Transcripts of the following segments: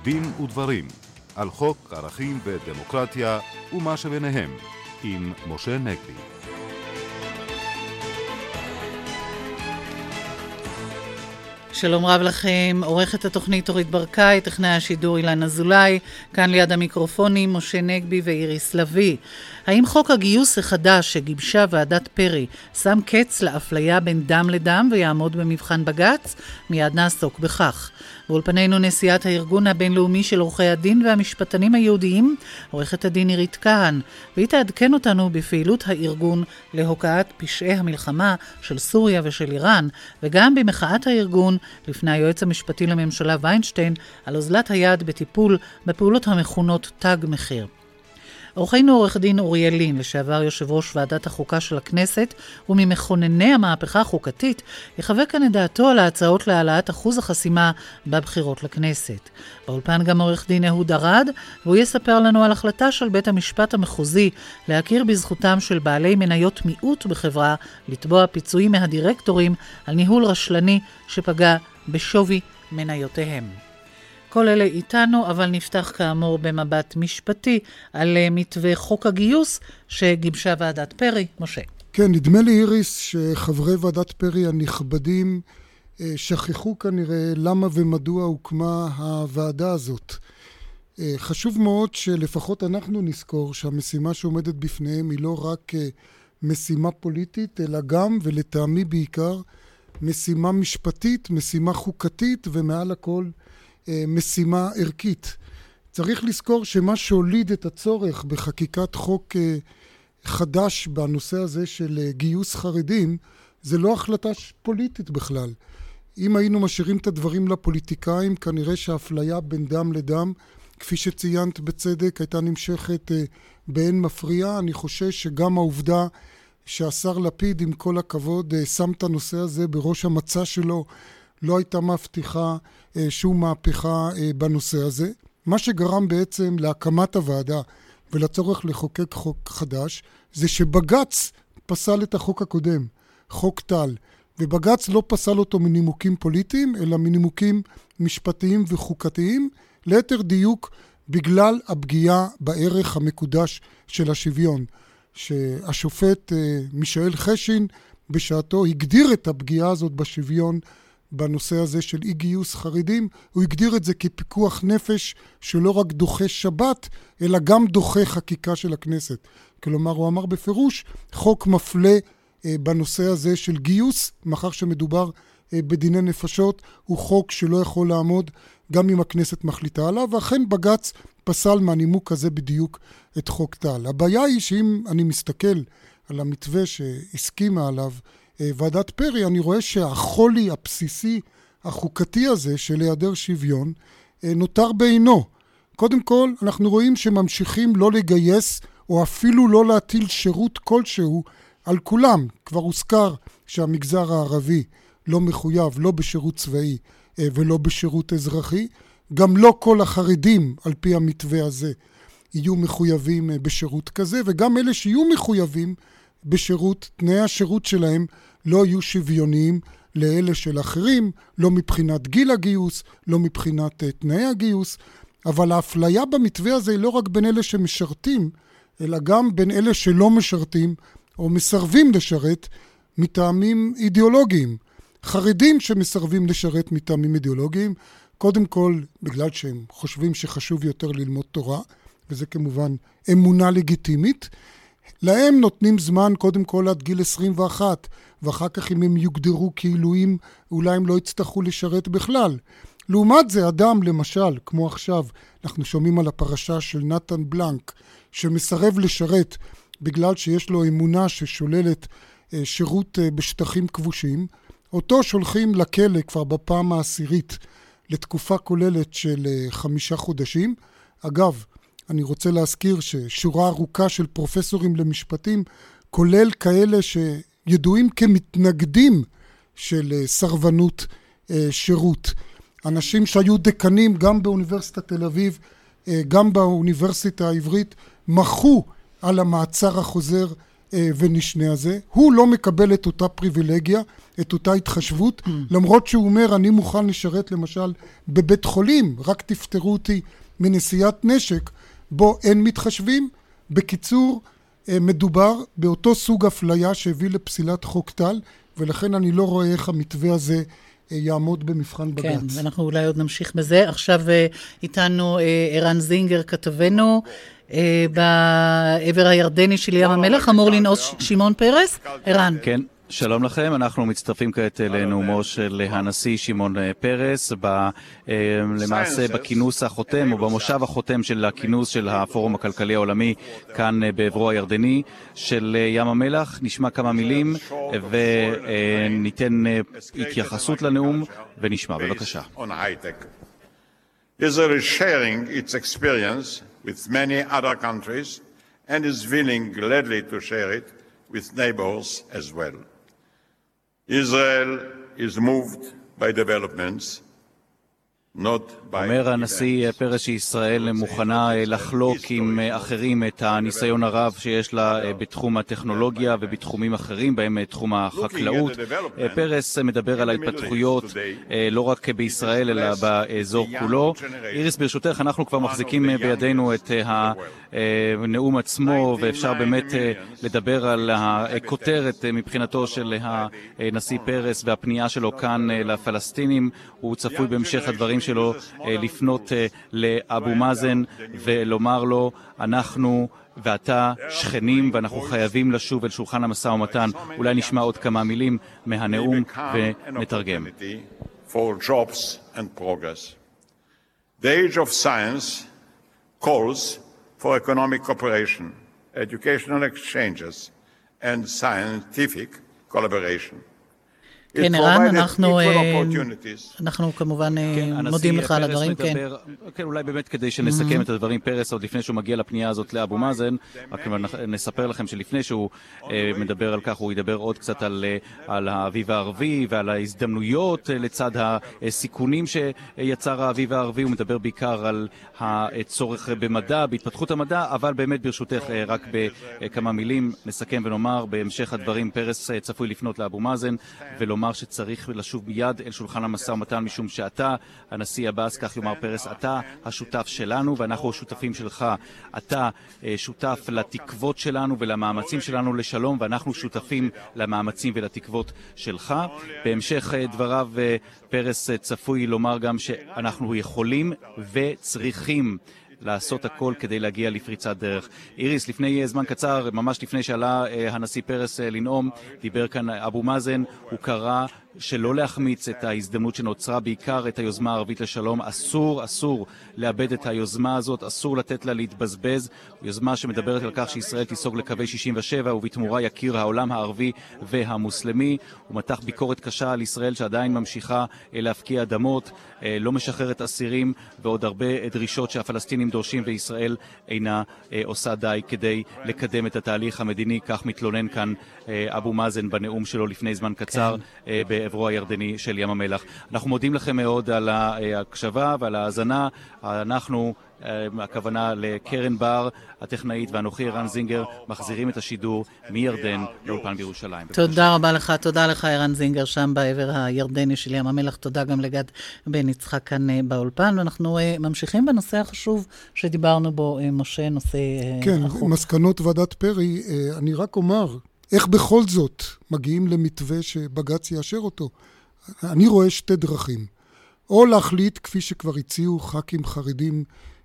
דין ודברים על חוק ערכים ודמוקרטיה ומה שביניהם עם משה נגבי. שלום רב לכם, עורכת התוכנית אורית ברקאי, טכנאי השידור אילן אזולאי, כאן ליד המיקרופונים משה נגבי ואיריס לוי. האם חוק הגיוס החדש שגיבשה ועדת פרי שם קץ לאפליה בין דם לדם ויעמוד במבחן בג"ץ? מיד נעסוק בכך. באולפנינו נשיאת הארגון הבינלאומי של עורכי הדין והמשפטנים היהודיים, עורכת הדין עירית כהן, והיא תעדכן אותנו בפעילות הארגון להוקעת פשעי המלחמה של סוריה ושל איראן, וגם במחאת הארגון לפני היועץ המשפטי לממשלה ויינשטיין על אוזלת היד בטיפול בפעולות המכונות תג מחיר. עורכנו עורך דין אוריאל לין, לשעבר יושב ראש ועדת החוקה של הכנסת וממכונני המהפכה החוקתית, יחווה כאן את דעתו על ההצעות להעלאת אחוז החסימה בבחירות לכנסת. באולפן גם עורך דין אהוד ארד, והוא יספר לנו על החלטה של בית המשפט המחוזי להכיר בזכותם של בעלי מניות מיעוט בחברה לתבוע פיצויים מהדירקטורים על ניהול רשלני שפגע בשווי מניותיהם. כל אלה איתנו, אבל נפתח כאמור במבט משפטי על מתווה חוק הגיוס שגיבשה ועדת פרי. משה. כן, נדמה לי איריס שחברי ועדת פרי הנכבדים שכחו כנראה למה ומדוע הוקמה הוועדה הזאת. חשוב מאוד שלפחות אנחנו נזכור שהמשימה שעומדת בפניהם היא לא רק משימה פוליטית, אלא גם ולטעמי בעיקר משימה משפטית, משימה חוקתית ומעל הכל משימה ערכית. צריך לזכור שמה שהוליד את הצורך בחקיקת חוק חדש בנושא הזה של גיוס חרדים, זה לא החלטה פוליטית בכלל. אם היינו משאירים את הדברים לפוליטיקאים, כנראה שהאפליה בין דם לדם, כפי שציינת בצדק, הייתה נמשכת באין מפריע. אני חושש שגם העובדה שהשר לפיד, עם כל הכבוד, שם את הנושא הזה בראש המצע שלו, לא הייתה מבטיחה שום מהפכה בנושא הזה. מה שגרם בעצם להקמת הוועדה ולצורך לחוקק חוק חדש, זה שבג"ץ פסל את החוק הקודם, חוק טל. ובג"ץ לא פסל אותו מנימוקים פוליטיים, אלא מנימוקים משפטיים וחוקתיים, ליתר דיוק בגלל הפגיעה בערך המקודש של השוויון. שהשופט מישאל חשין בשעתו הגדיר את הפגיעה הזאת בשוויון בנושא הזה של אי גיוס חרדים. הוא הגדיר את זה כפיקוח נפש שלא רק דוחה שבת, אלא גם דוחה חקיקה של הכנסת. כלומר, הוא אמר בפירוש, חוק מפלה בנושא הזה של גיוס, מאחר שמדובר בדיני נפשות, הוא חוק שלא יכול לעמוד גם אם הכנסת מחליטה עליו, ואכן בג"ץ פסל מהנימוק הזה בדיוק את חוק טל. הבעיה היא שאם אני מסתכל על המתווה שהסכימה עליו ועדת פרי, אני רואה שהחולי הבסיסי החוקתי הזה של היעדר שוויון נותר בעינו. קודם כל, אנחנו רואים שממשיכים לא לגייס או אפילו לא להטיל שירות כלשהו על כולם. כבר הוזכר שהמגזר הערבי לא מחויב לא בשירות צבאי ולא בשירות אזרחי. גם לא כל החרדים על פי המתווה הזה יהיו מחויבים בשירות כזה, וגם אלה שיהיו מחויבים בשירות, תנאי השירות שלהם לא יהיו שוויוניים לאלה של אחרים, לא מבחינת גיל הגיוס, לא מבחינת תנאי הגיוס, אבל האפליה במתווה הזה היא לא רק בין אלה שמשרתים, אלא גם בין אלה שלא משרתים או מסרבים לשרת מטעמים אידיאולוגיים. חרדים שמסרבים לשרת מטעמים אידיאולוגיים, קודם כל בגלל שהם חושבים שחשוב יותר ללמוד תורה, וזה כמובן אמונה לגיטימית, להם נותנים זמן קודם כל עד גיל 21, ואחר כך אם הם יוגדרו כעילויים, אולי הם לא יצטרכו לשרת בכלל. לעומת זה, אדם למשל, כמו עכשיו, אנחנו שומעים על הפרשה של נתן בלנק, שמסרב לשרת בגלל שיש לו אמונה ששוללת שירות בשטחים כבושים, אותו שולחים לכלא כבר בפעם העשירית, לתקופה כוללת של 5 חודשים. אגב, אני רוצה להזכיר ששורה ארוכה של פרופסורים למשפטים, כולל כאלה שידועים כמתנגדים של סרבנות שירות. אנשים שהיו דקנים גם באוניברסיטת תל אביב, גם באוניברסיטה העברית, מחו על המעצר החוזר ונשנה הזה. הוא לא מקבל את אותה פריבילגיה, את אותה התחשבות, למרות שהוא אומר, אני מוכן לשרת למשל בבית חולים, רק תפטרו אותי מנשיאת נשק, בו אין מתחשבים. בקיצור, מדובר באותו סוג אפליה שהביא לפסילת חוק טל, ולכן אני לא רואה איך המתווה הזה יעמוד במבחן בג"ץ. כן, ואנחנו אולי עוד נמשיך בזה. עכשיו איתנו ערן זינגר, כתבנו בעבר הירדני של ים המלח, אמור לנעוץ שמעון פרס. ערן. כן. שלום לכם, אנחנו מצטרפים כעת לנאומו של הנשיא שמעון פרס, למעשה בכינוס החותם או במושב החותם של הכינוס של הפורום הכלכלי העולמי כאן בעברו הירדני של ים המלח. נשמע כמה מילים וניתן התייחסות לנאום ונשמע, בבקשה. Israel is sharing its experience with many other countries and is willing gladly to share it with neighbors as well. Israel is moved by developments, אומר הנשיא פרס שישראל מוכנה לחלוק עם אחרים את הניסיון הרב שיש לה בתחום הטכנולוגיה ובתחומים אחרים, בהם תחום החקלאות. פרס מדבר על ההתפתחויות לא רק בישראל אלא באזור כולו. איריס, ברשותך, אנחנו כבר מחזיקים בידינו את הנאום עצמו, ואפשר באמת לדבר על הכותרת מבחינתו של הנשיא פרס והפנייה שלו כאן לפלסטינים. הוא צפוי בהמשך הדברים שלו לפנות לאבו מאזן ולומר לו, אנחנו ואתה שכנים ואנחנו חייבים לשוב אל שולחן המשא ומתן. אולי נשמע עוד כמה מילים מהנאום ונתרגם. For jobs and progress. The age of science calls for economic cooperation, educational exchanges and scientific collaboration. כן, ערן, אנחנו כמובן מודים לך על הדברים. כן, אולי באמת כדי שנסכם את הדברים, פרס, עוד לפני שהוא מגיע לפנייה הזאת לאבו מאזן, רק נספר לכם שלפני שהוא מדבר על כך, הוא ידבר עוד קצת על האביב הערבי ועל ההזדמנויות לצד הסיכונים שיצר האביב הערבי. הוא מדבר בעיקר על הצורך במדע, בהתפתחות המדע, אבל באמת ברשותך רק בכמה מילים נסכם ונאמר, בהמשך הדברים פרס צפוי לפנות לאבו מאזן ולומר שצריך לשוב ביד אל שולחן המשא ומתן, משום שאתה, הנשיא עבאס, כך יאמר פרס, אתה השותף שלנו ואנחנו השותפים שלך. אתה שותף לתקוות שלנו ולמאמצים שלנו לשלום, ואנחנו שותפים למאמצים ולתקוות שלך. בהמשך דבריו פרס צפוי לומר גם שאנחנו יכולים וצריכים לעשות הכל כדי להגיע לפריצת דרך. איריס, לפני זמן קצר, ממש לפני שעלה הנשיא פרס לנאום, דיבר כאן אבו מאזן, הוא קרא שלא להחמיץ את ההזדמנות שנוצרה, בעיקר את היוזמה הערבית לשלום. אסור לאבד את היוזמה הזאת, אסור לתת לה להתבזבז. יוזמה שמדברת על כך שישראל תיסוג לקווי 67 ובתמורה יכיר העולם הערבי והמוסלמי. הוא מתח ביקורת קשה על ישראל שעדיין ממשיכה להפקיע אדמות, לא משחררת אסירים ועוד הרבה דרישות שהפלסטינים דורשים, וישראל אינה עושה די כדי לקדם את התהליך המדיני. כך מתלונן כאן אבו מאזן בנאום שלו לפני זמן קצר בעברו הירדני של ים המלח. אנחנו מודים לכם מאוד על ההקשבה ועל ההאזנה. אנחנו, הכוונה לקרן בר, הטכנאית, ואנוכי ערן זינגר, מחזירים את השידור מירדן לאולפן בירושלים. תודה רבה לך, תודה לך ערן זינגר שם בעבר הירדני של ים המלח. תודה גם לגד בן יצחק כאן באולפן. ואנחנו ממשיכים בנושא החשוב שדיברנו בו, משה, נושא החוק. כן, מסקנות ועדת פרי. אני רק אומר, איך בכל זאת מגיעים למתווה שבג"ץ יאשר אותו? אני רואה שתי דרכים. או להחליט, כפי שכבר הציעו ח"כים חרדים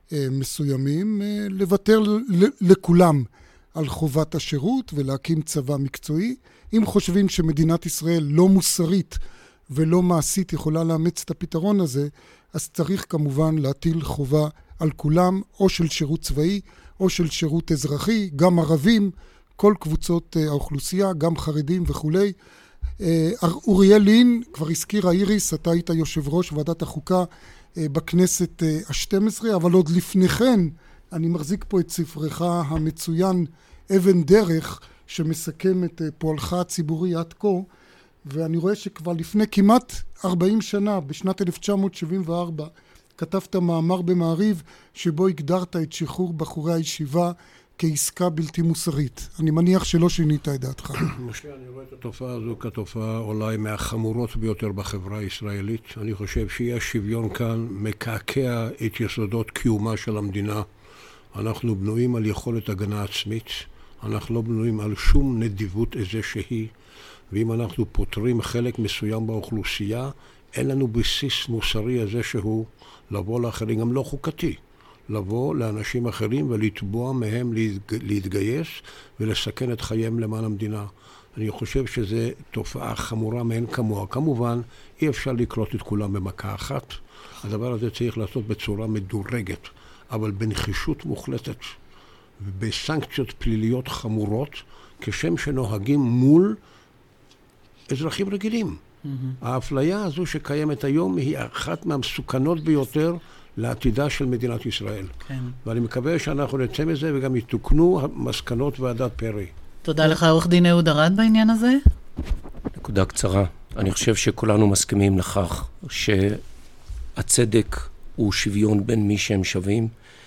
מסוימים, לוותר לכולם על חובת השירות ולהקים צבא מקצועי. אם חושבים שמדינת ישראל לא מוסרית ולא מעשית יכולה לאמץ את הפתרון הזה, אז צריך כמובן להטיל חובה על כולם, או של שירות צבאי או של שירות אזרחי, גם ערבים, כל קבוצות האוכלוסייה, גם חרדים וכולי. אוריאל לין, כבר הזכיר איריס, אתה היית יושב ראש ועדת החוקה בכנסת ה-12, אבל עוד לפני כן אני מחזיק פה את ספרך המצוין אבן דרך, שמסכם את פועלך הציבורי עד כה, ואני רואה שכבר לפני כמעט 40 שנה, בשנת 1974, כתבת מאמר במעריב שבו הגדרת את שחרור בחורי הישיבה כעסקה בלתי מוסרית. אני מניח שלא שינית את דעתך. משה, אני רואה את התופעה הזו כתופעה אולי מהחמורות ביותר בחברה הישראלית. אני חושב שאי השוויון כאן מקעקע את יסודות קיומה של המדינה. אנחנו בנויים על יכולת הגנה עצמית. אנחנו לא בנויים על שום נדיבות איזושהי. ואם אנחנו פותרים חלק מסוים באוכלוסייה, אין לנו בסיס מוסרי הזה שהוא לבוא לאחרים, גם לא חוקתי. לבוא לאנשים אחרים ולתבוע מהם להתגייס ולסכן את חייהם למען המדינה. אני חושב שזו תופעה חמורה מאין כמוה. כמובן, אי אפשר לקלוט את כולם במכה אחת. הדבר הזה צריך לעשות בצורה מדורגת, אבל בנחישות מוחלטת ובסנקציות פליליות חמורות, כשם שנוהגים מול אזרחים רגילים. האפליה הזו שקיימת היום היא אחת מהמסוכנות ביותר לעתידה של מדינת ישראל. כן. ואני מקווה שאנחנו נצא מזה וגם יתוקנו מסקנות ועדת פרי. תודה לך, עורך דין אהוד ארד בעניין הזה. נקודה קצרה. אני חושב שכולנו מסכימים לכך שהצדק הוא שוויון בין מי שהם שווים,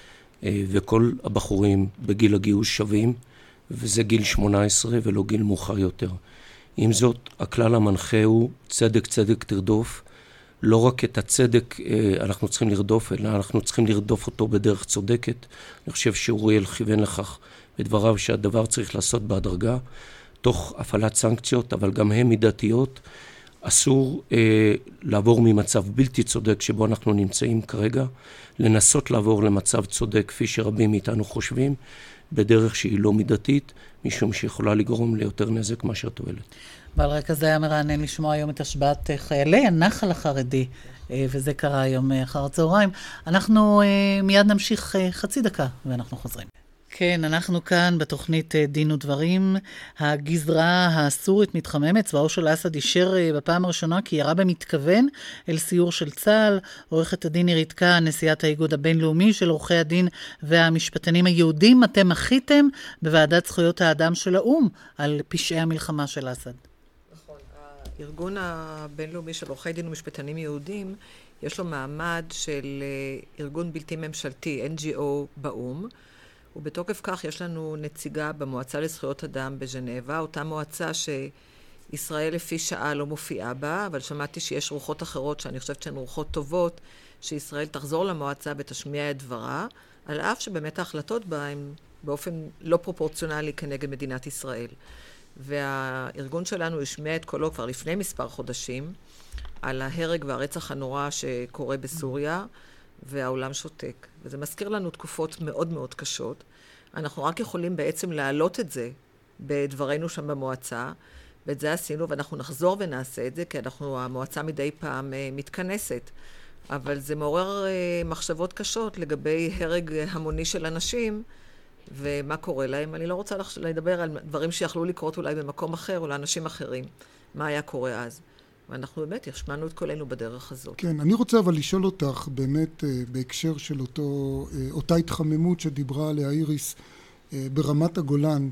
וכל הבחורים בגיל הגיוס שווים, וזה גיל 18 ולא גיל מאוחר יותר. עם זאת, הכלל המנחה הוא צדק צדק תרדוף. לא רק את הצדק אנחנו צריכים לרדוף, אלא אנחנו צריכים לרדוף אותו בדרך צודקת. אני חושב שאוריאל כיוון לכך בדבריו שהדבר צריך לעשות בהדרגה, תוך הפעלת סנקציות, אבל גם הן מידתיות. אסור לעבור ממצב בלתי צודק שבו אנחנו נמצאים כרגע, לנסות לעבור למצב צודק כפי שרבים מאיתנו חושבים, בדרך שהיא לא מידתית, משום שיכולה לגרום ליותר נזק מאשר תועלת. ועל רקע זה היה מרענן לשמוע היום את השבעת חיילי הנח"ל החרדי, וזה קרה היום אחר הצהריים. אנחנו מיד נמשיך חצי דקה, ואנחנו חוזרים. כן, אנחנו כאן בתוכנית דין ודברים. הגזרה הסורית מתחממת, צבאו של אסד אישר בפעם הראשונה כי ירה במתכוון אל סיור של צה"ל. עורכת הדין עירית כהן, נשיאת האיגוד הבינלאומי של עורכי הדין והמשפטנים היהודים, אתם מחיתם בוועדת זכויות האדם של האו"ם על פשעי המלחמה של אסד. נכון, הארגון הבינלאומי של עורכי דין ומשפטנים יהודים, יש לו מעמד של ארגון בלתי ממשלתי, NGO באו"ם, ובתוקף כך יש לנו נציגה במועצה לזכויות אדם בז'נבה, אותה מועצה שישראל לפי שעה לא מופיעה בה, אבל שמעתי שיש רוחות אחרות שאני חושבת שהן רוחות טובות, שישראל תחזור למועצה ותשמיע את דברה, על אף שבאמת ההחלטות בה הן באופן לא פרופורציונלי כנגד מדינת ישראל. והארגון שלנו השמיע את קולו כבר לפני מספר חודשים, על ההרג והרצח הנורא שקורה בסוריה, והעולם שותק. וזה מזכיר לנו תקופות מאוד מאוד קשות. אנחנו רק יכולים בעצם להעלות את זה בדברנו שם במועצה, ואת זה עשינו, ואנחנו נחזור ונעשה את זה, כי המועצה מדי פעם מתכנסת. אבל זה מעורר מחשבות קשות לגבי הרג המוני של אנשים, ומה קורה להם. אני לא רוצה לדבר על דברים שיכלו לקרות אולי במקום אחר, או לאנשים אחרים. מה היה קורה אז? ואנחנו באמת השמענו את קולנו בדרך הזאת. כן, אני רוצה אבל לשאול אותך באמת בהקשר של אותה התחממות שדיברה עליה איריס ברמת הגולן.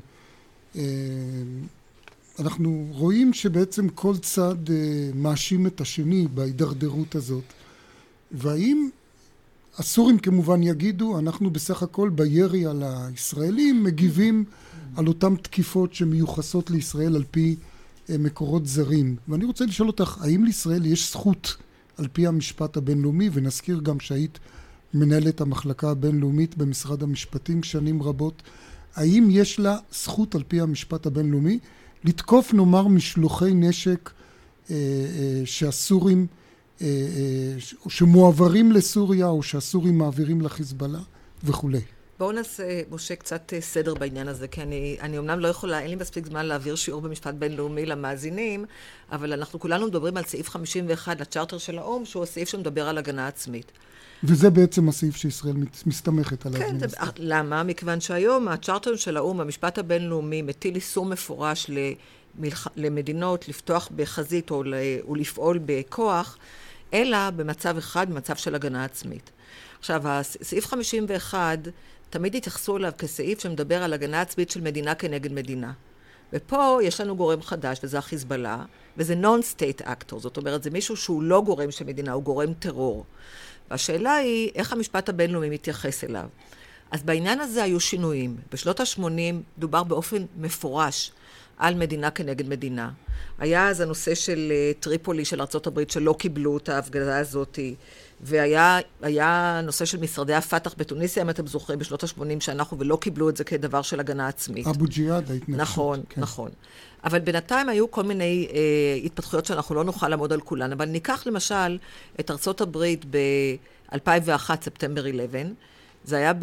אנחנו רואים שבעצם כל צד מאשים את השני בהידרדרות הזאת. והאם הסורים כמובן יגידו, אנחנו בסך הכל בירי על הישראלים מגיבים על אותם תקיפות שמיוחסות לישראל על פי מקורות זרים. ואני רוצה לשאול אותך, האם לישראל יש זכות על פי המשפט הבינלאומי, ונזכיר גם שהיית מנהלת המחלקה הבינלאומית במשרד המשפטים שנים רבות, האם יש לה זכות על פי המשפט הבינלאומי לתקוף נאמר משלוחי נשק שהסורים שמועברים לסוריה או שהסורים מעבירים לחיזבאללה וכו'. בואו נעשה, משה, קצת סדר בעניין הזה, כי אני אומנם לא יכולה, אין לי מספיק זמן להעביר שיעור במשפט בינלאומי למאזינים, אבל אנחנו כולנו מדברים על סעיף 51 לצ'רטר של האו"ם, שהוא הסעיף שמדבר על הגנה עצמית. וזה בעצם הסעיף שישראל מסתמכת עליו. כן, למה? מכיוון שהיום הצ'רטר של האו"ם, המשפט הבינלאומי, מטיל איסור מפורש למדינות לפתוח בחזית או לפעול בכוח, אלא במצב אחד, במצב של הגנה עצמית. עכשיו, סעיף 51, תמיד התייחסו אליו כסעיף שמדבר על הגנה עצמית של מדינה כנגד מדינה. ופה יש לנו גורם חדש, וזה החיזבאללה, וזה non-state actor, זאת אומרת, זה מישהו שהוא לא גורם של מדינה, הוא גורם טרור. והשאלה היא, איך המשפט הבינלאומי מתייחס אליו? אז בעניין הזה היו שינויים. בשנות ה-80 דובר באופן מפורש על מדינה כנגד מדינה. היה אז הנושא של טריפולי של ארצות הברית שלא קיבלו את ההפגנה הזאת, והיה נושא של משרדי הפתח בתוניסיה, אם אתם זוכרים, בשנות ה-80 שאנחנו ולא קיבלו את זה כדבר של הגנה עצמית. אבו ג'יהאד ההתנגשות. נכון, כן. נכון. אבל בינתיים היו כל מיני התפתחויות שאנחנו לא נוכל לעמוד על כולן, אבל ניקח למשל את ארצות הברית ב-2001, ספטמבר 11, זה היה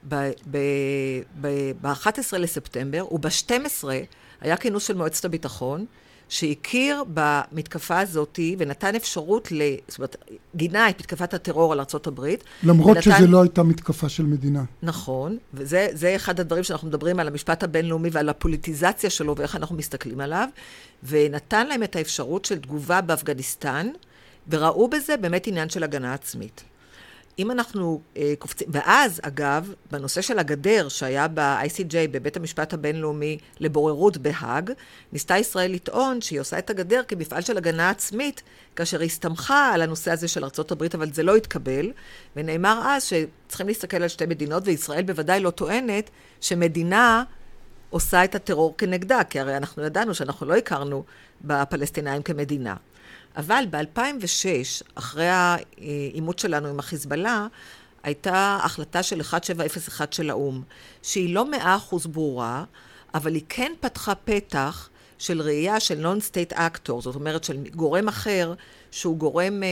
ב-11 לספטמבר, וב-12 היה כינוס של מועצת הביטחון, שהכיר במתקפה הזאת ונתן אפשרות, זאת אומרת, גינה את מתקפת הטרור על ארצות הברית. למרות שזה לא הייתה מתקפה של מדינה. נכון, וזה אחד הדברים שאנחנו מדברים על המשפט הבינלאומי ועל הפוליטיזציה שלו ואיך אנחנו מסתכלים עליו, ונתן להם את האפשרות של תגובה באפגניסטן, וראו בזה באמת עניין של הגנה עצמית. אם אנחנו קופצים, ואז אגב, בנושא של הגדר שהיה ב-ICJ, בבית המשפט הבינלאומי לבוררות בהאג, ניסתה ישראל לטעון שהיא עושה את הגדר כמפעל של הגנה עצמית, כאשר היא הסתמכה על הנושא הזה של ארצות הברית, אבל זה לא התקבל, ונאמר אז שצריכים להסתכל על שתי מדינות, וישראל בוודאי לא טוענת שמדינה עושה את הטרור כנגדה, כי הרי אנחנו ידענו שאנחנו לא הכרנו בפלסטינאים כמדינה. אבל ב-2006, אחרי העימות שלנו עם החיזבאללה, הייתה החלטה של 1701 של האום, שהיא לא 100% ברורה, אבל היא כן פתחה פתח של ראייה של non-state actor, זאת אומרת של גורם אחר, שהוא גורם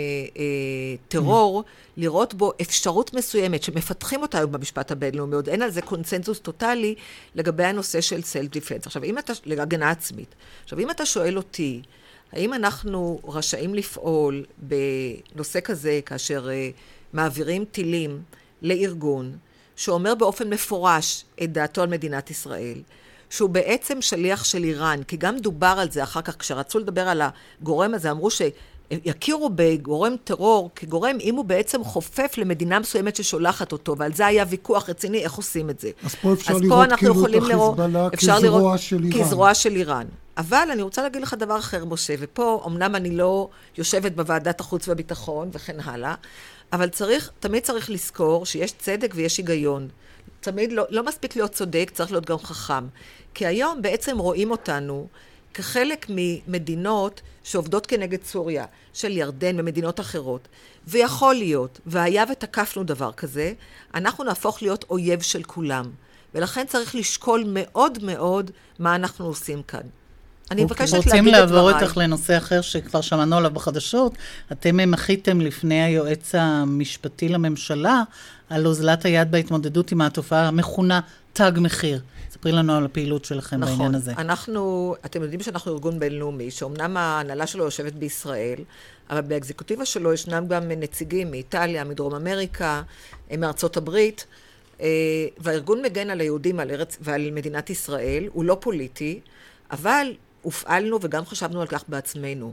טרור, לראות בו אפשרות מסוימת, שמפתחים אותה היום במשפט הבינלאומי, עוד אין על זה קונסנזוס טוטלי לגבי הנושא של self-defense. עכשיו, להגנה עצמית. עכשיו, אם אתה שואל אותי, האם אנחנו רשאים לפעול בנושא כזה כאשר מעבירים טילים לארגון שאומר באופן מפורש את דעתו על מדינת ישראל, שהוא בעצם שליח של איראן, כי גם דובר על זה אחר כך, כשרצו לדבר על הגורם הזה, אמרו שיכירו בגורם טרור כגורם אם הוא בעצם חופף למדינה מסוימת ששולחת אותו, ועל זה היה ויכוח רציני איך עושים את זה. אז פה אפשר לראות כאילו את החיזבאללה כזרוע של איראן. כזרוע של איראן. אבל אני רוצה להגיד לך דבר אחר, משה, ופה אמנם אני לא יושבת בוועדת החוץ והביטחון וכן הלאה, אבל תמיד צריך לזכור שיש צדק ויש היגיון. תמיד לא מספיק להיות צודק, צריך להיות גם חכם. כי היום בעצם רואים אותנו כחלק ממדינות שעובדות כנגד סוריה, של ירדן ומדינות אחרות. ויכול להיות, והיה ותקפנו דבר כזה, אנחנו נהפוך להיות אויב של כולם. ולכן צריך לשקול מאוד מאוד מה אנחנו עושים כאן. אני מבקשת להגיד את דבריי. רוצים לעבור איתך לנושא אחר שכבר שמענו עליו בחדשות. אתם מחיתם לפני היועץ המשפטי לממשלה על אוזלת היד בהתמודדות עם התופעה המכונה תג מחיר. ספרי לנו על הפעילות שלכם בעניין הזה. נכון, אתם יודעים שאנחנו ארגון בינלאומי, שאומנם ההנהלה שלו יושבת בישראל, אבל באקזקוטיבה שלו ישנם גם נציגים מאיטליה, מדרום אמריקה, מארצות הברית, והארגון מגן על היהודים ועל מדינת ישראל, הוא לא פוליטי, אבל הופעלנו וגם חשבנו על כך בעצמנו.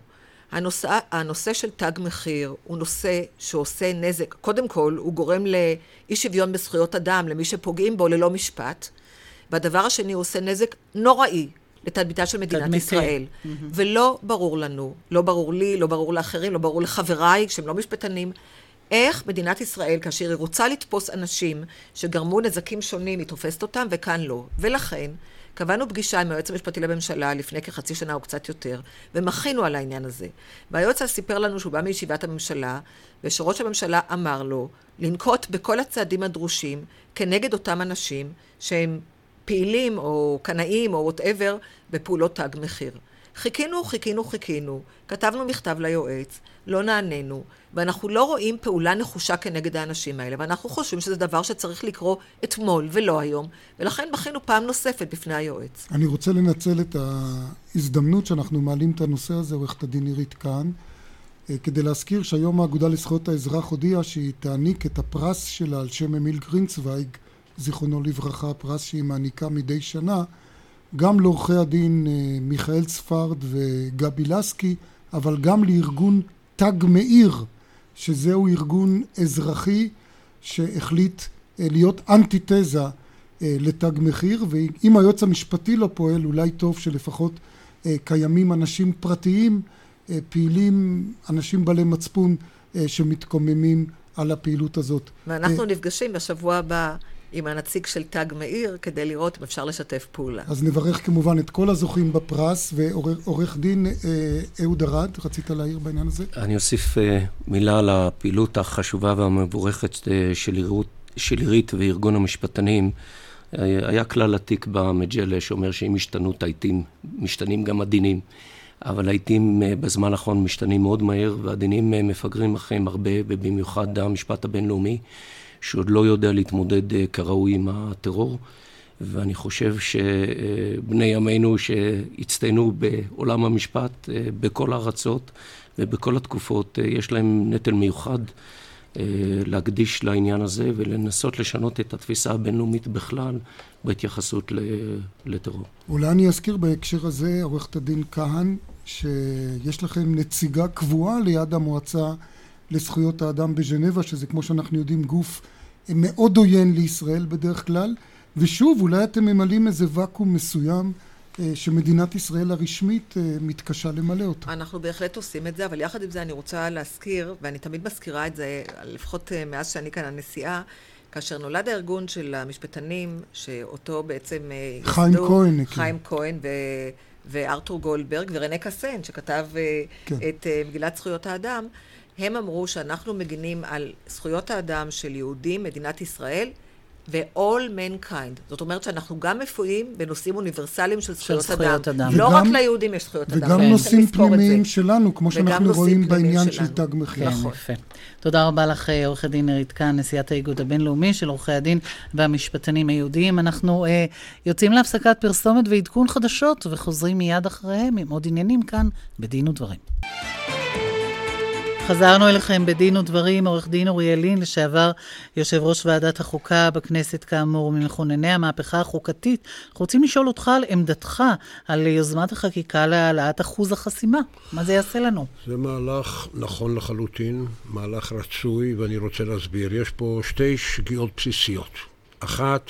הנושא של תג מחיר הוא נושא שעושה נזק. קודם כל, הוא גורם לאי שוויון בזכויות אדם, למי שפוגעים בו ללא משפט. והדבר השני, הוא עושה נזק נוראי לתדמיתה של מדינת ישראל. ולא ברור לנו, לא ברור לי, לא ברור לאחרים, לא ברור לחבריי, שהם לא משפטנים, איך מדינת ישראל, כאשר היא רוצה לתפוס אנשים שגרמו נזקים שונים, היא תופסת אותם וכאן לא. ולכן, קבענו פגישה עם היועץ המשפטי לממשלה לפני כחצי שנה או קצת יותר, ומחינו על העניין הזה. והיועץ סיפר לנו שהוא בא מישיבת הממשלה, ושראש הממשלה אמר לו לנקוט בכל הצעדים הדרושים כנגד אותם אנשים שהם פעילים או קנאים או whatever בפעולות תג מחיר. חיכינו, כתבנו מכתב ליועץ, לא נענינו, ואנחנו לא רואים פעולה נחושה כנגד האנשים האלה, ואנחנו חושבים שזה דבר שצריך לקרוא אתמול ולא היום, ולכן בכינו פעם נוספת בפני היועץ. אני רוצה לנצל את ההזדמנות שאנחנו מעלים את הנושא הזה, עורכת הדין עירית כהן, כדי להזכיר שהיום האגודה לזכויות האזרח הודיעה שהיא תעניק את הפרס שלה על שם אמיל גרינצוויג, זיכרונו לברכה, הפרס שהיא מעניקה מדי שנה, גם לעורכי הדין מיכאל צפרד וגבי לסקי, אבל גם לארגון תג מאיר, שזהו ארגון אזרחי שהחליט להיות אנטיתזה לתג מחיר, ואם היועץ המשפטי לא פועל, אולי טוב שלפחות קיימים אנשים פרטיים, פעילים, אנשים בעלי מצפון שמתקוממים על הפעילות הזאת. ואנחנו נפגשים בשבוע הבא עם הנציג של תג מאיר, כדי לראות אם אפשר לשתף פעולה. אז נברך כמובן את כל הזוכים בפרס, ועורך דין אהוד ארד, רצית להעיר בעניין הזה? אני אוסיף מילה על הפעילות החשובה והמבורכת של עירית וארגון המשפטנים. היה כלל עתיק במג'לה שאומר שאם השתנו את העיתים, משתנים גם הדינים. אבל העיתים בזמן האחרון משתנים מאוד מהר, והדינים מפגרים אחריהם הרבה, ובמיוחד המשפט הבינלאומי, שעוד לא יודע להתמודד כראוי עם הטרור. ואני חושב שבני ימינו שהצטיינו בעולם המשפט, בכל הארצות ובכל התקופות, יש להם נטל מיוחד להקדיש לעניין הזה ולנסות לשנות את התפיסה הבינלאומית בכלל בהתייחסות לטרור. אולי אני אזכיר בהקשר הזה, עורכת הדין כהן, שיש לכם נציגה קבועה ליד המועצה לזכויות האדם בז'נבה, שזה כמו שאנחנו יודעים גוף מאוד עוין לישראל בדרך כלל, ושוב אולי אתם ממלאים איזה וקום מסוים שמדינת ישראל הרשמית מתקשה למלא אותו. אנחנו בהחלט עושים את זה, אבל יחד עם זה אני רוצה להזכיר, ואני תמיד מזכירה את זה, לפחות מאז שאני כאן הנשיאה, כאשר נולד הארגון של המשפטנים, שאותו בעצם חיים כהן וארתור גולדברג ורנה קסן, שכתב את מגילת זכויות האדם, הם אמרו שאנחנו מגינים על זכויות האדם של יהודים, מדינת ישראל, ו-all mankind. זאת אומרת שאנחנו גם מפועים בנושאים אוניברסליים של זכויות אדם. לא רק ליהודים יש זכויות אדם. וגם נושאים פנימיים שלנו, כמו שאנחנו רואים בעניין של תג מחיר. יפה. תודה רבה לך, עורכת דין עירית כהן, נשיאת האיגוד הבינלאומי של עורכי הדין והמשפטנים היהודיים. אנחנו יוצאים להפסקת פרסומת ועדכון חדשות, וחוזרים מיד אחריהם עם עוד עניינים כאן בדין ודברים. חזרנו אליכם בדין ודברים, עורך דין אוריאל לין, לשעבר יושב ראש ועדת החוקה בכנסת כאמור, ממכונני המהפכה החוקתית. אנחנו רוצים לשאול אותך על עמדתך, על יוזמת החקיקה להעלאת אחוז החסימה. מה זה יעשה לנו? זה מהלך נכון לחלוטין, מהלך רצוי, ואני רוצה להסביר. יש פה שתי שגיאות בסיסיות. אחת,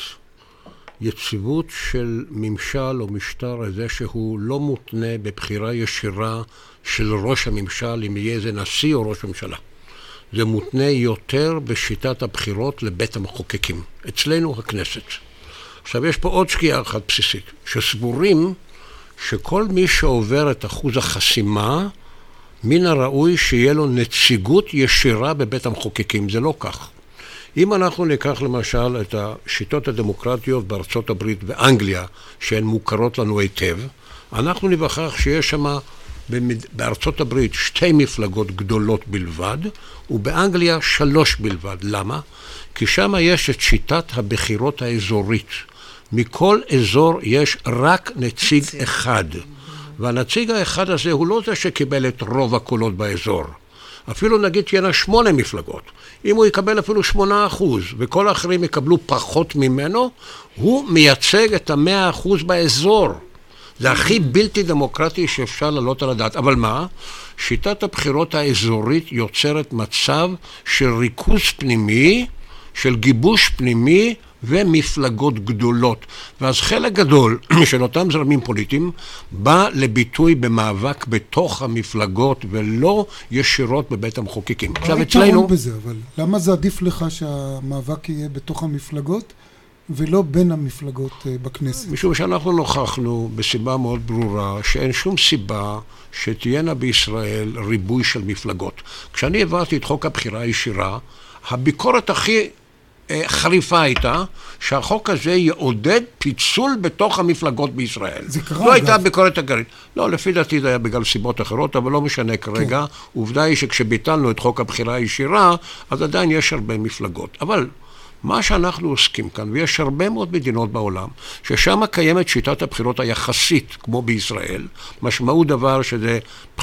יציבות של ממשל או משטר הזה שהוא לא מותנה בבחירה ישירה של ראש הממשל, אם יהיה איזה נשיא או ראש ממשלה. זה מותנה יותר בשיטת הבחירות לבית המחוקקים. אצלנו הכנסת. עכשיו יש פה עוד שגיאה אחת בסיסית, שסבורים שכל מי שעובר את אחוז החסימה, מן הראוי שיהיה לו נציגות ישירה בבית המחוקקים. זה לא כך. אם אנחנו ניקח למשל את השיטות הדמוקרטיות בארצות הברית ואנגליה, שהן מוכרות לנו היטב, אנחנו נבחר שיש שם בארצות הברית 2 מפלגות גדולות בלבד, ובאנגליה 3 בלבד. למה? כי שם יש את שיטת הבחירות האזורית. מכל אזור יש רק נציג אחד. והנציג האחד הזה הוא לא זה שקיבל את רוב הקולות באזור. אפילו נגיד תהיינה 8 מפלגות. אם הוא יקבל אפילו 8% וכל האחרים יקבלו פחות ממנו, הוא מייצג את 100% באזור. זה הכי בלתי דמוקרטי שאפשר לעלות על הדעת. אבל מה? שיטת הבחירות האזורית יוצרת מצב של ריכוז פנימי, של גיבוש פנימי ומפלגות גדולות. ואז חלק גדול של אותם זרמים פוליטיים בא לביטוי במאבק בתוך המפלגות ולא ישירות בבית המחוקקים. עכשיו אצלנו... בזה, אבל למה זה עדיף לך שהמאבק יהיה בתוך המפלגות ולא בין המפלגות בכנסת? משום שאנחנו נוכחנו בסיבה מאוד ברורה שאין שום סיבה שתהיינה בישראל ריבוי של מפלגות. כשאני העברתי את חוק הבחירה הישירה, הביקורת הכי חריפה הייתה שהחוק הזה יעודד פיצול בתוך המפלגות בישראל. לא הייתה ביקורת אגרית. לא, לפי דעתי זה היה בגלל סיבות אחרות, אבל לא משנה כרגע. עובדה היא שכשביטלנו את חוק הבחירה הישירה, אז עדיין יש הרבה מפלגות. אבל מה שאנחנו עוסקים כאן, ויש הרבה מאוד מדינות בעולם, ששם קיימת שיטת הבחירות היחסית, כמו בישראל, משמעות דבר שזה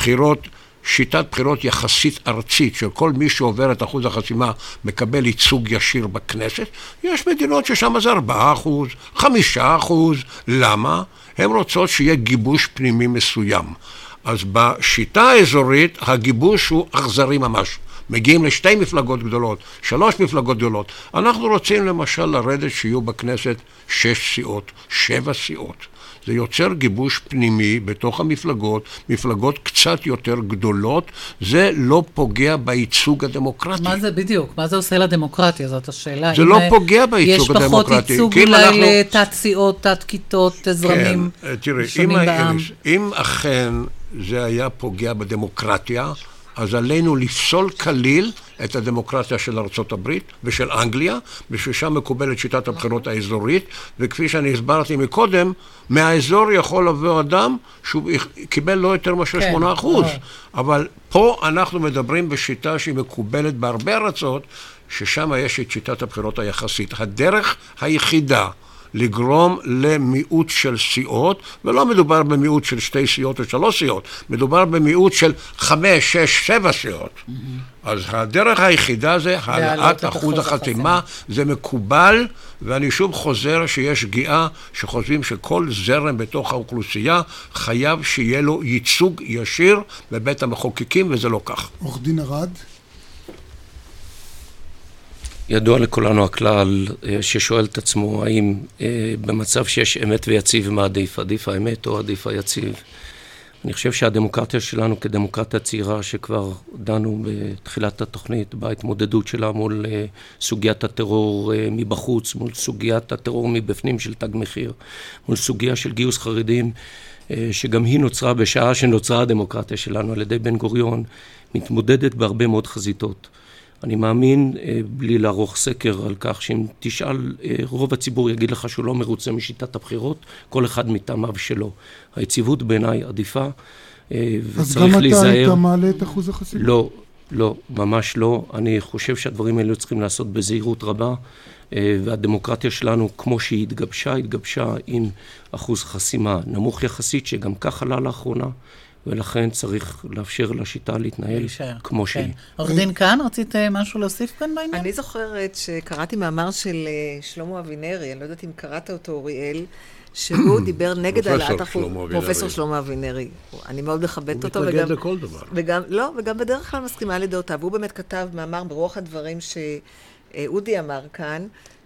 שיטת בחירות יחסית ארצית, של כל מי שעובר את אחוז החסימה מקבל ייצוג ישיר בכנסת. יש מדינות ששם זה 4%, 5%. למה? הן רוצות שיהיה גיבוש פנימי מסוים. אז בשיטה האזורית הגיבוש הוא אכזרי ממש. מגיעים לשתי מפלגות גדולות, 3 מפלגות גדולות. אנחנו רוצים למשל לרדת שיהיו בכנסת 6 סיעות, 7 סיעות. זה יוצר גיבוש פנימי בתוך המפלגות, מפלגות קצת יותר גדולות, זה לא פוגע בייצוג הדמוקרטי. מה זה בדיוק? מה זה עושה לדמוקרטיה? זאת השאלה. זה לא פוגע בייצוג הדמוקרטי. יש פחות ייצוג אולי לתת סיעות, תת כיתות, זרמים שונים בעם. אם אכן זה היה פוגע בדמוקרטיה, אז עלינו לפסול כליל את הדמוקרטיה של ארצות הברית ושל אנגליה, וששם מקובלת שיטת הבחירות האזורית, וכפי שאני הסברתי מקודם, מהאזור יכול לבוא אדם שהוא קיבל לא יותר מאשר 8%. אבל פה אנחנו מדברים בשיטה שהיא מקובלת בהרבה ארצות, ששם יש את שיטת הבחירות היחסית. הדרך היחידה לגרום למיעוט של סיעות, ולא מדובר במיעוט של 2 סיעות או 3 סיעות, מדובר במיעוט של 5, 6, 7 סיעות. אז הדרך היחידה זה העלאת אחוז החסימה, זה מקובל, ואני שוב חוזר שיש שגיאה שחושבים שכל זרם בתוך האוכלוסייה חייב שיהיה לו ייצוג ישיר בבית המחוקקים, וזה לא כך. עורך דין ארד? ידוע לכולנו הכלל ששואל את עצמו האם במצב שיש אמת ויציב מה עדיף, עדיף האמת או עדיף היציב. אני חושב שהדמוקרטיה שלנו כדמוקרטיה צעירה שכבר דנו בתחילת התוכנית בהתמודדות שלה מול סוגיית הטרור מבחוץ, מול סוגיית הטרור מבפנים של תג מחיר, מול סוגיה של גיוס חרדים שגם היא נוצרה בשעה שנוצרה הדמוקרטיה שלנו על ידי בן גוריון, מתמודדת בהרבה מאוד חזיתות. אני מאמין, בלי לערוך סקר על כך, שאם תשאל, רוב הציבור יגיד לך שהוא לא מרוצה משיטת הבחירות, כל אחד מטעמיו שלו. היציבות בעיניי עדיפה, וצריך להיזהר. אז גם אתה היית מעלה את אחוז החסימה? לא, לא, ממש לא. אני חושב שהדברים האלה צריכים לעשות בזהירות רבה, והדמוקרטיה שלנו, כמו שהיא התגבשה עם אחוז חסימה נמוך יחסית, שגם כך עלה לאחרונה, ולכן צריך לאפשר לשיטה להתנהל כמו שהיא. עורך דין כאן, רצית משהו להוסיף כאן בעניין? אני זוכרת שקראתי מאמר של שלמה אבינרי, אני לא יודעת אם קראת אותו, אוריאל, שהוא דיבר נגד העלאת אחוז... פרופסור שלמה אבינרי. אני מאוד מכבדת אותו. הוא מתנגד לכל דבר. וגם בדרך כלל מסכימה לדעותיו. והוא באמת כתב מאמר ברוח הדברים שאודי אמר כאן,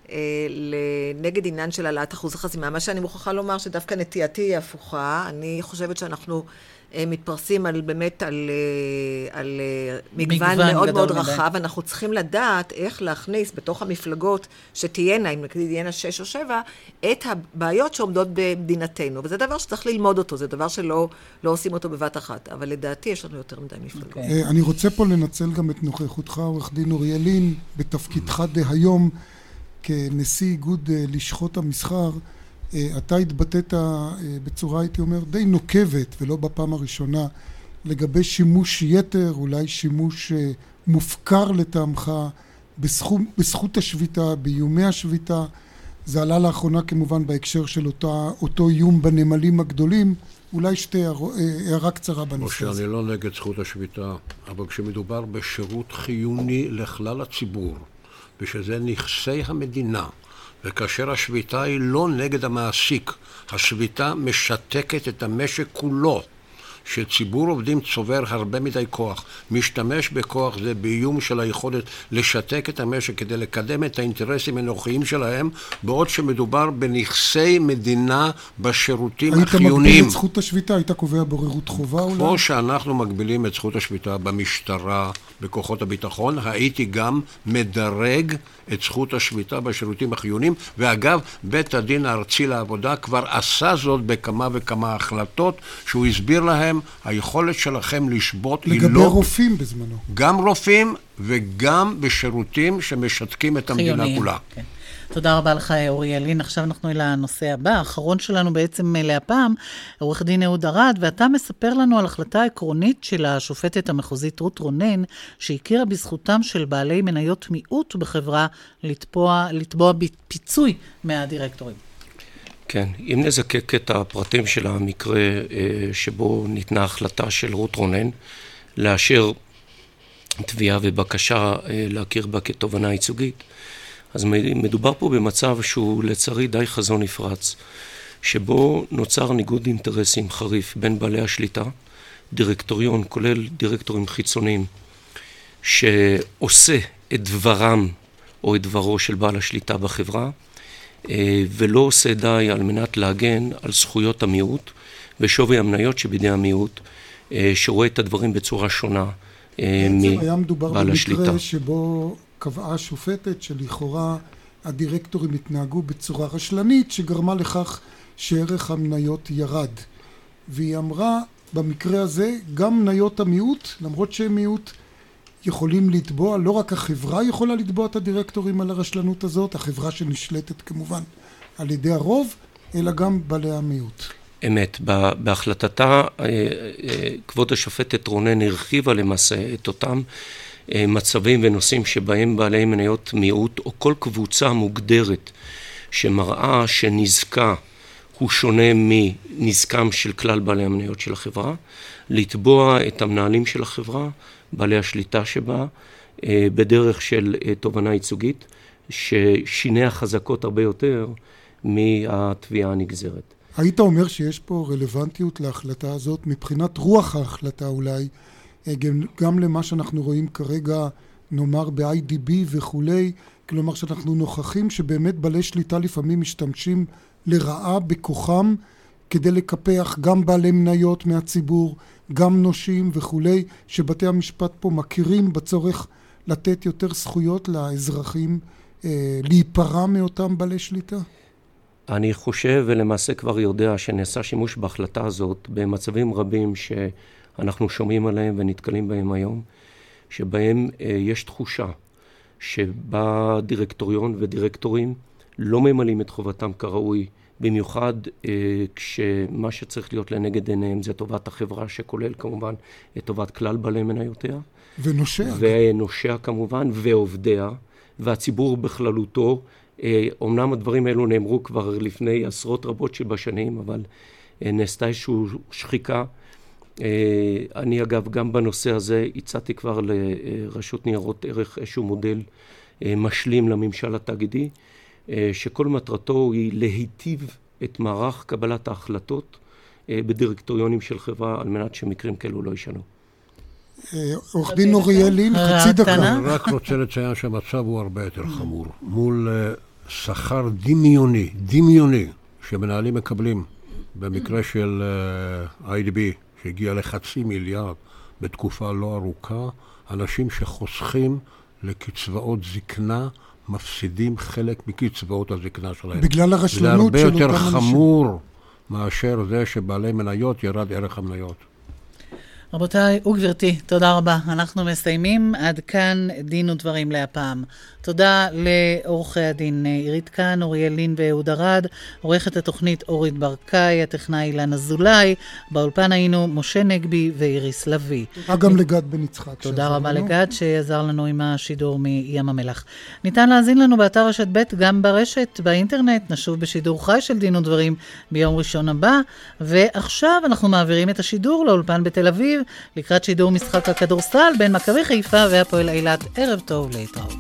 נגד עניין של העלאת אחוז החסימה. מה שאני מוכרחה לומר שדווקא נטייתי היא הפוכה. אני חושבת שאנחנו מתפרסים באמת על מגוון מאוד מאוד רחב. אנחנו צריכים לדעת איך להכניס בתוך המפלגות שתהיינה, אם תהיינה 6 או 7, את הבעיות שעומדות במדינתנו. וזה דבר שצריך ללמוד אותו, זה דבר שלא עושים אותו בבת אחת. אבל לדעתי יש לנו יותר מדי מפלגות. אני רוצה פה לנצל גם את נוכחותך, עורך דין אוריאל לין, בתפקידך דהיום כנשיא איגוד לשכות המסחר. אתה התבטאת בצורה, הייתי אומר, די נוקבת, ולא בפעם הראשונה, לגבי שימוש יתר, אולי שימוש מופקר לטעמך, בזכות השביתה, באיומי השביתה. זה עלה לאחרונה כמובן בהקשר של אותו איום בנמלים הגדולים. אולי הערה קצרה בנושא הזה. אני לא נגד זכות השביתה, אבל כשמדובר בשירות חיוני לכלל הציבור, ושזה נכסי המדינה, וכאשר השביתה היא לא נגד המעסיק, השביתה משתקת את המשק כולו, שציבור עובדים צובר הרבה מדי כוח, משתמש בכוח זה באיום של היכולת לשתק את המשק כדי לקדם את האינטרסים הנוחיים שלהם, בעוד שמדובר בנכסי מדינה בשירותים החיוניים. היית מגביל את זכות השביתה? היית קובע בוררות חובה אולי? כמו שאנחנו מגבילים את זכות השביתה במשטרה, בכוחות הביטחון, הייתי גם מדרג את זכות השביתה בשירותים החיוניים, ואגב, בית הדין הארצי לעבודה כבר עשה זאת בכמה וכמה החלטות, שהוא הסביר להם, היכולת שלכם לשבות היא לא... לגבי רופאים בזמנו. גם רופאים וגם בשירותים שמשתקים את המדינה כולה. כן. תודה רבה לך, אוריאל לין. עכשיו אנחנו אל הנושא הבא, האחרון שלנו בעצם להפעם, עורך דין אהוד ארד, ואתה מספר לנו על החלטה עקרונית של השופטת המחוזית רות רונן, שהכירה בזכותם של בעלי מניות מיעוט בחברה לתבוע פיצוי מהדירקטורים. כן, אם נזקק את הפרטים של המקרה שבו ניתנה החלטה של רות רונן, לאשר תביעה ובקשה להכיר בה כתובענה ייצוגית, אז מדובר פה במצב שהוא לצערי די חזון נפרץ, שבו נוצר ניגוד אינטרסים חריף בין בעלי השליטה, דירקטוריון, כולל דירקטורים חיצוניים, שעושה את דברם או את דברו של בעל השליטה בחברה, ולא עושה די על מנת להגן על זכויות המיעוט ושווי המניות שבידי המיעוט, שרואה את הדברים בצורה שונה היה מדובר מבעל השליטה. במקרה שבו קבעה שופטת שלכאורה הדירקטורים התנהגו בצורה רשלנית שגרמה לכך שערך המניות ירד. והיא אמרה, במקרה הזה גם מניות המיעוט, למרות שהם מיעוט, יכולים לתבוע, לא רק החברה יכולה לתבוע את הדירקטורים על הרשלנות הזאת, החברה שנשלטת כמובן על ידי הרוב, אלא גם בעלי המיעוט. אמת, בהחלטתה כבוד השופטת רונן הרחיבה למעשה את אותם מצבים ונושאים שבהם בעלי מניות מיעוט או כל קבוצה מוגדרת שמראה שנזקה הוא שונה מנזקם של כלל בעלי המניות של החברה, לתבוע את המנהלים של החברה, בעלי השליטה שבה, בדרך של תובענה ייצוגית, ששיניה חזקות הרבה יותר מהתביעה הנגזרת. היית אומר שיש פה רלוונטיות להחלטה הזאת, מבחינת רוח ההחלטה אולי, גם למה שאנחנו רואים כרגע, נאמר ב-IDB וכולי, כלומר שאנחנו נוכחים שבאמת בעלי שליטה לפעמים משתמשים לרעה בכוחם, כדי לקפח גם בעלי מניות מהציבור, גם נושים וכולי, שבתי המשפט פה מכירים בצורך לתת יותר זכויות לאזרחים, להיפרע מאותם בעלי שליטה? אני חושב ולמעשה כבר יודע שנעשה שימוש בהחלטה הזאת במצבים רבים שאנחנו שומעים עליהם ונתקלים בהם היום, שבהם יש תחושה שבה דירקטוריון ודירקטורים לא ממלאים את חובתם כראוי, במיוחד כשמה שצריך להיות לנגד עיניהם זה טובת החברה, שכולל כמובן את טובת כלל בעלי מניותיה. ונושיה כמובן, ועובדיה, והציבור בכללותו. אומנם הדברים האלו נאמרו כבר לפני עשרות רבות של בשנים, אבל נעשתה איזושהי שחיקה. אני אגב גם בנושא הזה הצעתי כבר לרשות ניירות ערך איזשהו מודל משלים לממשל התאגידי, שכל מטרתו היא להיטיב את מערך קבלת ההחלטות בדירקטוריונים של חברה, על מנת שמקרים כאלו לא ישנו. עורך דין אוריאל לין, חצי דקה. אני רק רוצה לציין שהמצב הוא הרבה יותר חמור. מול שכר דמיוני, שמנהלים מקבלים, במקרה של IDB, שהגיע ל500 מיליארד בתקופה לא ארוכה, אנשים שחוסכים לקצבאות זקנה, מפסידים חלק מקצבאות הזקנה שלהם. בגלל הרשלנות של אותם אנשים. זה הרבה יותר חמור מאשר זה שבעלי מניות ירד ערך המניות. רבותיי וגברתי, תודה רבה. אנחנו מסיימים עד כאן דין ודברים להפעם. תודה לעורכי הדין עירית כאן, אוריאל לין ואהוד ארד, עורכת התוכנית אורית ברקאי, הטכנאי אילן אזולאי, באולפן היינו משה נגבי ואיריס לוי. תודה גם לגד בן יצחק. תודה רבה לגד שעזר לנו עם השידור מים המלח. ניתן להאזין לנו באתר רשת ב' גם ברשת, באינטרנט. נשוב בשידור חי של דין ודברים ביום ראשון הבא, ועכשיו אנחנו מעבירים את השידור לאולפן בתל אביב, לקראת שידור משחק הכדורסל בין מכבי חיפה והפועל אילת. ערב טוב, להתראות.